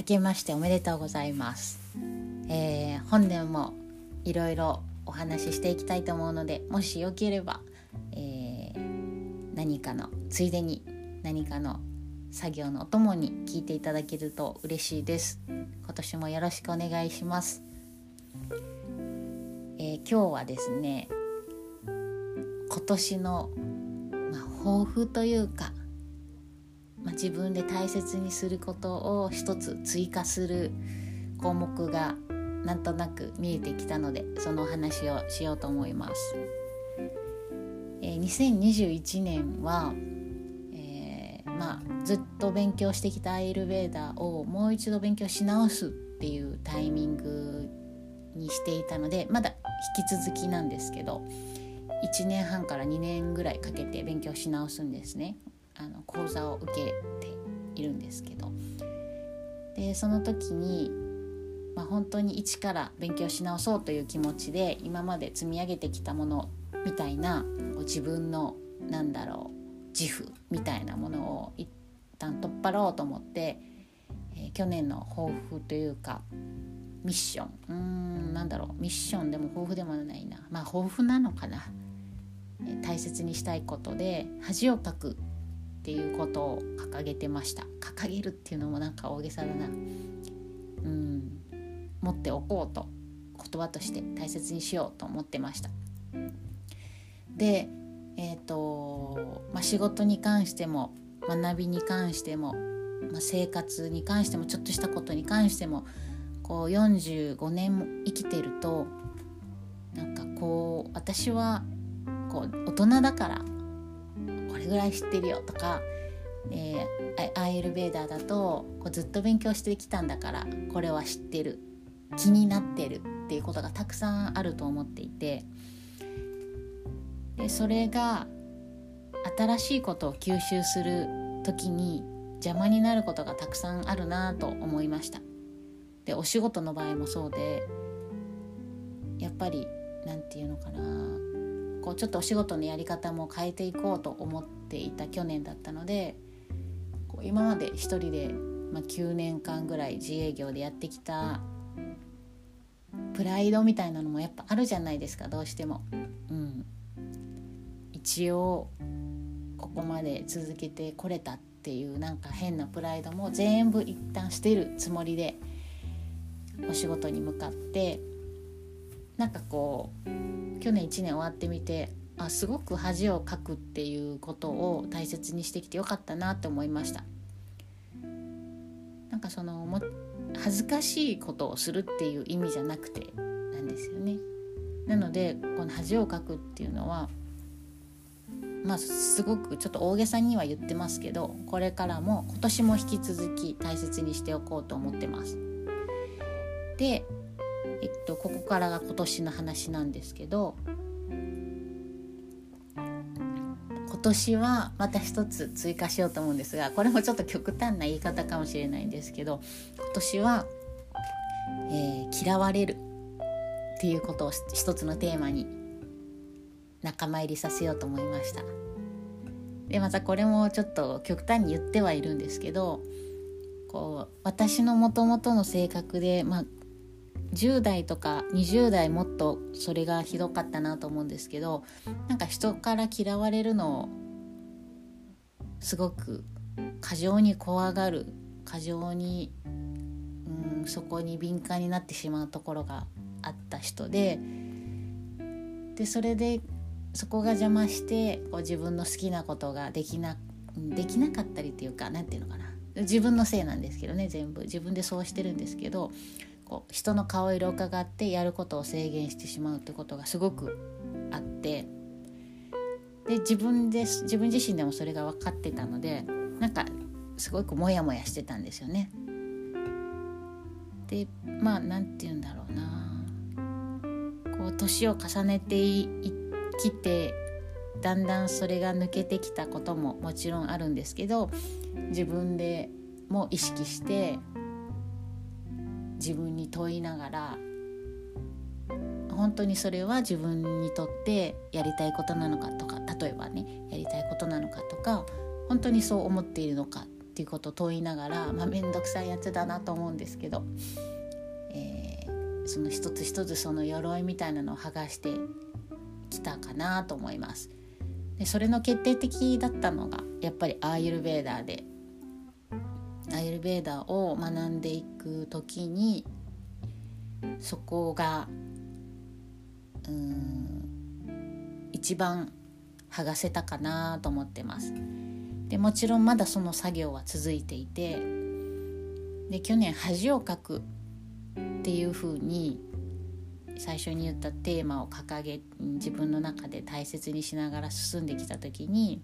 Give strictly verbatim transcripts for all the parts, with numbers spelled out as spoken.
けましておめでとうございます。えー、本年もいろいろお話ししていきたいと思うので、もしよければ、えー、何かのついでに何かの作業のお供に聞いていただけると嬉しいです。今年もよろしくお願いします。えー、今日はですね、今年の、まあ、抱負というか、まあ、自分で大切にすることを一つ追加する項目がなんとなく見えてきたので、そのお話をしようと思います。えー、にせんにじゅういちねんは、えーまあ、ずっと勉強してきたアイルベーダーをもう一度勉強し直すっていうタイミングにしていたので、まだ引き続きなんですけど、いちねんはんからにねんぐらいかけて勉強し直すんですね。あの講座を受けているんですけど、でその時に、まあ、本当に一から勉強し直そうという気持ちで今まで積み上げてきたものみたいな、自分のなんだろう自負みたいなものを一旦取っ払おうと思って、えー、去年の抱負というかミッションうーんなんだろうミッションでも抱負でもないな、まあ抱負なのかな、えー、大切にしたいことで恥をかくっていうことを掲げてました。掲げるっていうのもなんか大げさだな。うん持っておこうと、言葉として大切にしようと思ってました。で、えーとまあ、仕事に関しても学びに関しても、まあ、生活に関してもちょっとしたことに関しても、こうよんじゅうごねんも生きてると、なんかこう私はこう大人だからこれぐらい知ってるよとか、えー、アイルベーダーだとこうずっと勉強してきたんだからこれは知ってる、気になってるっていうことがたくさんあると思っていて、でそれが新しいことを吸収する時に邪魔になることがたくさんあるなと思いました。でお仕事の場合もそうで、やっぱりなんていうのかな、こうちょっとお仕事のやり方も変えていこうと思っていた去年だったので、こう今まで一人で、まあ、きゅうねんかんぐらい自営業でやってきたプライドみたいなのもやっぱあるじゃないですか、どうしても、うん、一応ここまで続けてこれたっていうなんか変なプライドも全部一旦捨てるつもりでお仕事に向かって、なんかこう去年いちねん終わってみて、あすごく恥をかくっていうことを大切にしてきてよかったなって思いました。なんかそのも恥ずかしいことをするっていう意味じゃなくてなんですよね。なのでこの恥をかくっていうのは、まあすごくちょっと大げさには言ってますけど、これからも今年も引き続き大切にしておこうと思ってます。で、えっと、ここからが今年の話なんですけど、今年はまた一つ追加しようと思うんですが、これもちょっと極端な言い方かもしれないんですけど、今年は、えー、嫌われるっていうことを一つのテーマに仲間入りさせようと思いました。でまたこれもちょっと極端に言ってはいるんですけど、こう私の元々の性格で、まあ、じゅう代とかにじゅう代もっとそれがひどかったなと思うんですけど、なんか人から嫌われるのをすごく過剰に怖がる、過剰に、うん、そこに敏感になってしまうところがあった人で、でそれでそこが邪魔してこう自分の好きなことができな、できなかったりっていうか、なんていうのかな、自分のせいなんですけどね、全部自分でそうしてるんですけど、こう人の顔色を伺ってやることを制限してしまうってことがすごくあって、で自分で自分自身でもそれが分かってたので、なんかすごくモヤモヤしてたんですよね。でまあなんていうんだろうな、こう年を重ねていきてだんだんそれが抜けてきたことももちろんあるんですけど、自分でも意識して自分に問いながら、本当にそれは自分にとってやりたいことなのかとか、例えばねやりたいことなのかとか、本当にそう思っているのかっっていうことを問いながら、まあ、めんどくさいやつだなと思うんですけど、えー、その一つ一つその鎧みたいなのを剥がしてきたかなと思います。でそれの決定的だったのがやっぱりアーユルヴェーダーで、アーユルヴェーダーを学んでいくときにそこがうーん一番剥がせたかなと思ってます。でもちろんまだその作業は続いていて、で去年恥をかくっていう風に最初に言ったテーマを掲げ、自分の中で大切にしながら進んできた時に、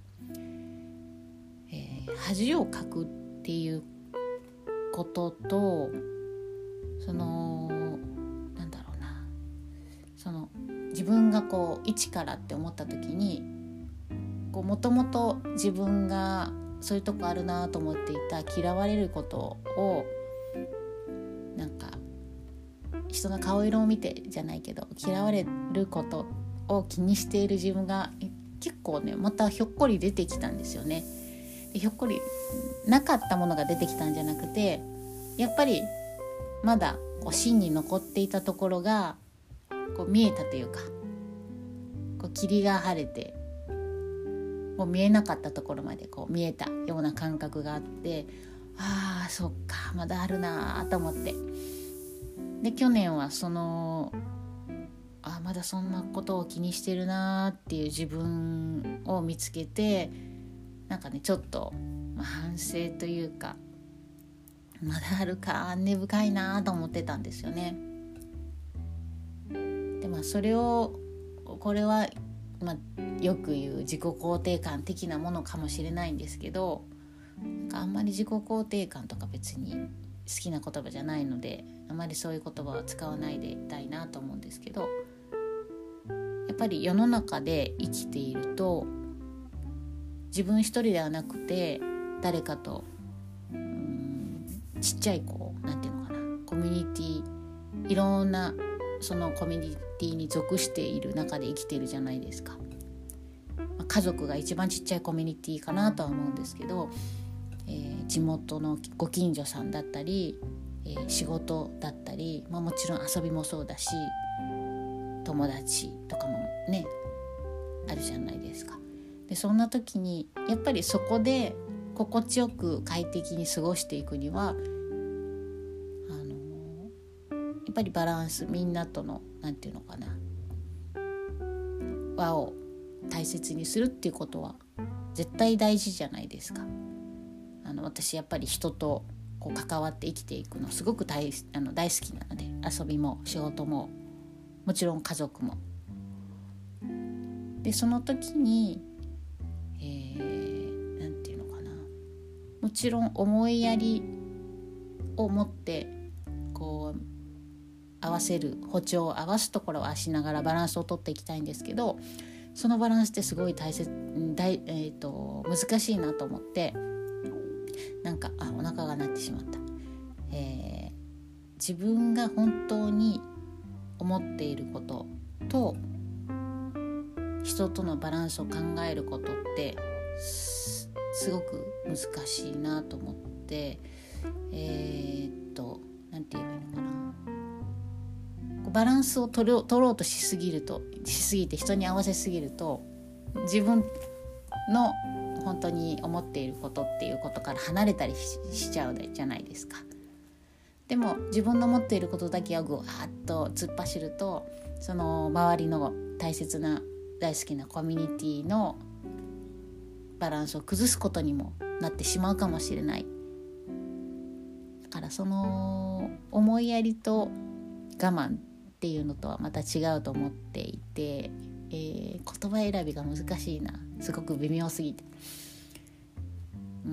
えー、恥をかくっていうことと、そのなんだろうな、その自分がこう一からって思った時に、もともと自分がそういうとこあるなと思っていた嫌われることを、なんか人の顔色を見てじゃないけど嫌われることを気にしている自分が結構ね、またひょっこり出てきたんですよね。でひょっこりなかったものが出てきたんじゃなくて、やっぱりまだこう芯に残っていたところがこう見えたというか、こう霧が晴れてもう見えなかったところまでこう見えたような感覚があって、ああそっかまだあるなと思って、で去年はそのあまだそんなことを気にしてるなっていう自分を見つけて、なんかねちょっと、まあ、反省というか、まだあるか根深いなと思ってたんですよね。でまあそれをこれはまあ、よく言う自己肯定感的なものかもしれないんですけど、なんかあんまり自己肯定感とか別に好きな言葉じゃないので、あまりそういう言葉は使わないでいたいなと思うんですけど、やっぱり世の中で生きていると自分一人ではなくて誰かとうーんちっちゃいこうなんていうのかな、コミュニティ、いろんなそのコミュニティに属している中で生きているじゃないですか。まあ、家族が一番ちっちゃいコミュニティかなとは思うんですけど、えー、地元のご近所さんだったり、えー、仕事だったり、まあ、もちろん遊びもそうだし友達とかもねあるじゃないですか。でそんな時にやっぱりそこで心地よく快適に過ごしていくには、やっぱりバランス、みんなとのなんていうのかな、輪を大切にするっていうことは絶対大事じゃないですか。あの私やっぱり人とこう関わって生きていくのすごく 大, あの大好きなので、遊びも仕事ももちろん家族も。でその時に、えー、なんていうのかな、もちろん思いやりを持ってこう合わせる、歩調を合わすところはしながらバランスを取っていきたいんですけど、そのバランスってすごい大切大、えー、と難しいなと思って、なんかあお腹が鳴ってしまった、えー、自分が本当に思っていることと人とのバランスを考えることってす, すごく難しいなと思って、えー、っとなんて言えばいいのかな、バランスを取ろう、取ろうとしすぎるとしすぎて人に合わせすぎると自分の本当に思っていることっていうことから離れたり し, しちゃうじゃないですか。でも自分の持っていることだけをぐわーっと突っ走ると、その周りの大切な大好きなコミュニティのバランスを崩すことにもなってしまうかもしれない。だからその思いやりと我慢っていうのとはまた違うと思っていて、えー、言葉選びが難しいな、すごく微妙すぎて、うん、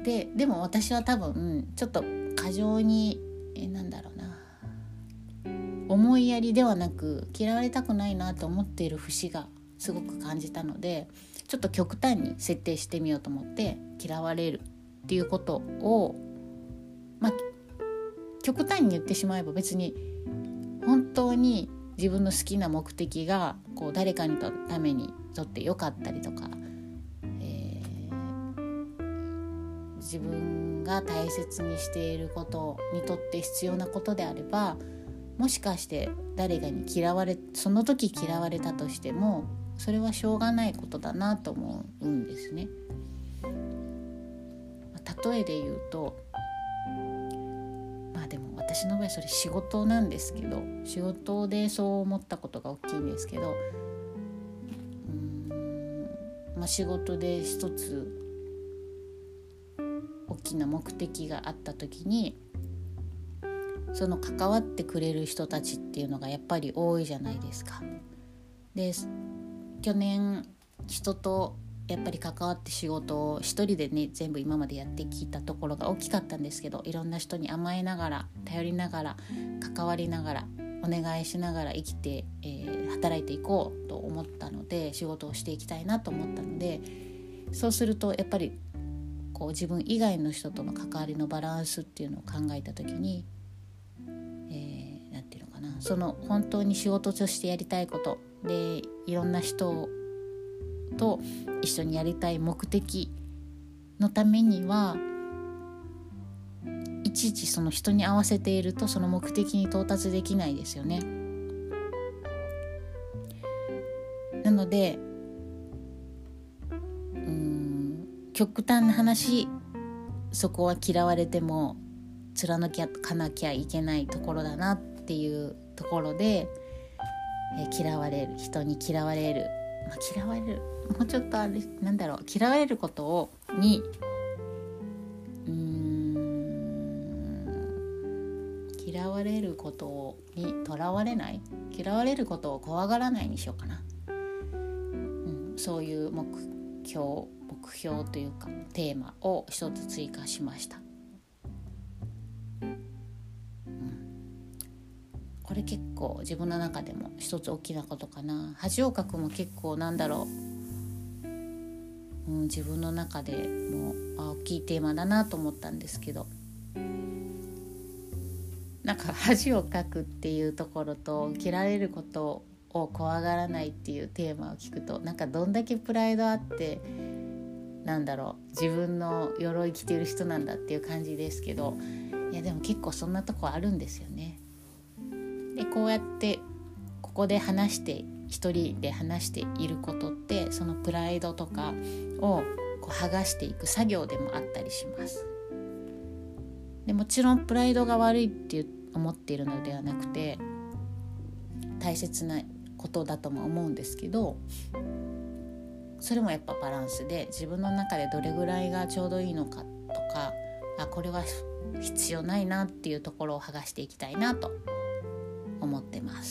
ででも私は多分ちょっと過剰に、えー、なんだろうな、思いやりではなく嫌われたくないなと思っている節がすごく感じたので、ちょっと極端に設定してみようと思って、嫌われるっていうことをまあ極端に言ってしまえば別に本当に自分の好きな目的がこう誰かにとためにとって良かったりとか、えー、 自分が大切にしていることにとって必要なことであれば、もしかして誰かに嫌われその時嫌われたとしてもそれはしょうがないことだなと思うんですね。例えで言うと、まあでも私の場合それ仕事なんですけど、仕事でそう思ったことが大きいんですけど、うーん、まあ、仕事で一つ大きな目的があった時に、その関わってくれる人たちっていうのがやっぱり多いじゃないですか。で、去年人とやっぱり関わって仕事を一人でね全部今までやってきたところが大きかったんですけど、いろんな人に甘えながら頼りながら関わりながらお願いしながら生きて、えー、働いていこうと思ったので、仕事をしていきたいなと思ったので、そうするとやっぱりこう自分以外の人との関わりのバランスっていうのを考えた時に、えー、なんていうのかな、その本当に仕事としてやりたいことで、いろんな人と一緒にやりたい目的のためには、いちいちその人に合わせているとその目的に到達できないですよね。なので、うーん極端な話、そこは嫌われても貫きかなきゃいけないところだなっていうところで、えー、嫌われる人に嫌われる、まあ、嫌われるもうちょっとあれなんだろう嫌われることをにうーん嫌われることにとらわれない、嫌われることを怖がらないにしようかな、うん、そういう目標目標というかテーマを一つ追加しました。これ結構自分の中でも一つ大きなことかな。恥をかくも結構なんだろう、うん、自分の中でも大きいテーマだなと思ったんですけど、なんか恥をかくっていうところと嫌われることを怖がらないっていうテーマを聞くと、なんかどんだけプライドあってなんだろう自分の鎧着てる人なんだっていう感じですけど、いやでも結構そんなとこあるんですよね。でこうやってここで話して一人で話していることって、そのプライドとかをこう剥がしていく作業でもあったりします。でもちろんプライドが悪いって思っているのではなくて、大切なことだとも思うんですけど、それもやっぱバランスで、自分の中でどれぐらいがちょうどいいのかとか、あこれは必要ないなっていうところを剥がしていきたいなと思ってます。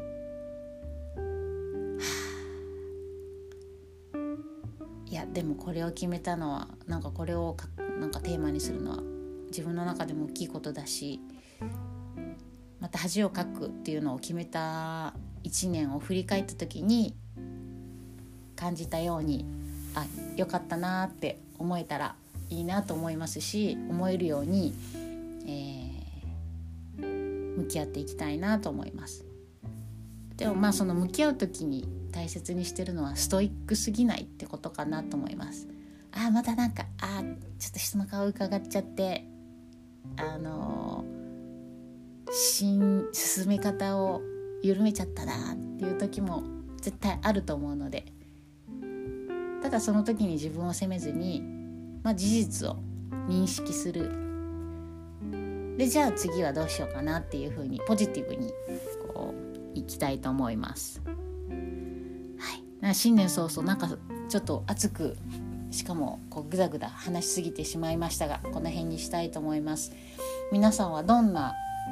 いやでもこれを決めたのは、なんかこれをかなんかテーマにするのは自分の中でも大きいことだし、また恥をかくっていうのを決めたいちねんを振り返った時に感じたように、あよかったなって思えたらいいなと思いますし、思えるように、えー、向き合っていきたいなと思います。でもまあその向き合う時に大切にしてるのはストイックすぎないってことかなと思います。あまたなんかあちょっと人の顔伺っちゃってあのー、進進め方を緩めちゃったなっていう時も絶対あると思うので、ただその時に自分を責めずに、まあ、事実を認識する。でじゃあ次はどうしようかなっていう風にポジティブにこういきたいと思います。はい、新年早々なんかちょっと熱くしかもこうグダグダ話しすぎてしまいましたが、この辺にしたいと思います。皆さんはどんな、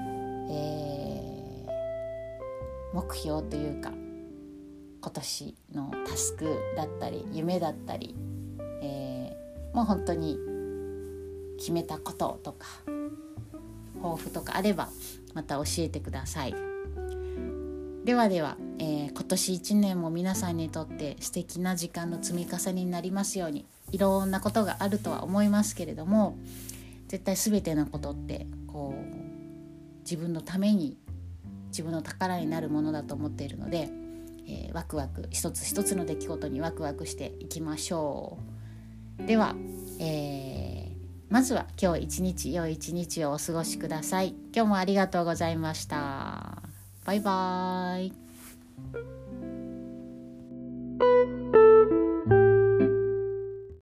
えー、目標というか今年のタスクだったり夢だったり、えー、もう本当に決めたこととか抱負とかあればまた教えてください。ではでは、えー、今年いちねんも皆さんにとって素敵な時間の積み重ねになりますように。いろんなことがあるとは思いますけれども、絶対全てのことってこう自分のために自分の宝になるものだと思っているので、えー、ワクワク一つ一つの出来事にワクワクしていきましょう。では、えー、 まずは今日一日良い一日をお過ごしください。今日もありがとうございました。バイバイ。